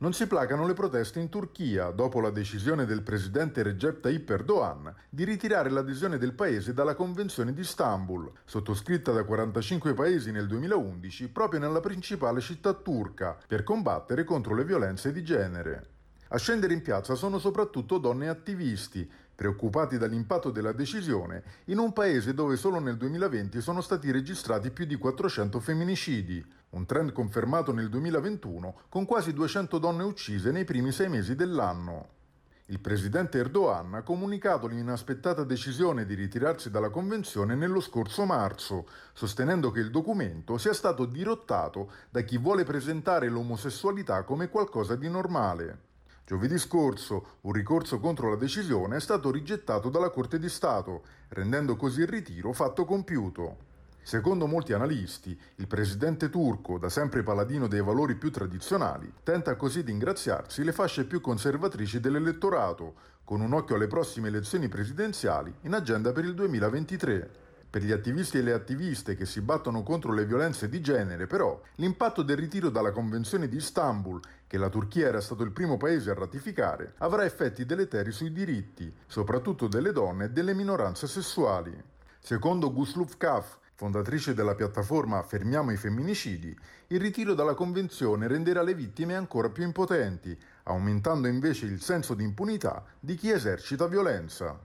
Non si placano le proteste in Turchia dopo la decisione del presidente Recep Tayyip Erdogan di ritirare l'adesione del paese dalla Convenzione di Istanbul, sottoscritta da 45 paesi nel 2011 proprio nella principale città turca, per combattere contro le violenze di genere. A scendere in piazza sono soprattutto donne e attivisti, preoccupati dall'impatto della decisione in un paese dove solo nel 2020 sono stati registrati più di 400 femminicidi, un trend confermato nel 2021 con quasi 200 donne uccise nei primi 6 mesi dell'anno. Il presidente Erdogan ha comunicato l'inaspettata decisione di ritirarsi dalla convenzione nello scorso marzo, sostenendo che il documento sia stato dirottato da chi vuole presentare l'omosessualità come qualcosa di normale. Giovedì scorso un ricorso contro la decisione è stato rigettato dalla Corte di Stato, rendendo così il ritiro fatto compiuto. Secondo molti analisti, il presidente turco, da sempre paladino dei valori più tradizionali, tenta così di ingraziarsi le fasce più conservatrici dell'elettorato, con un occhio alle prossime elezioni presidenziali in agenda per il 2023. Per gli attivisti e le attiviste che si battono contro le violenze di genere, però, l'impatto del ritiro dalla Convenzione di Istanbul, che la Turchia era stato il primo paese a ratificare, avrà effetti deleteri sui diritti, soprattutto delle donne e delle minoranze sessuali. Secondo Gusluv Kaf, fondatrice della piattaforma Fermiamo i femminicidi, il ritiro dalla Convenzione renderà le vittime ancora più impotenti, aumentando invece il senso di impunità di chi esercita violenza.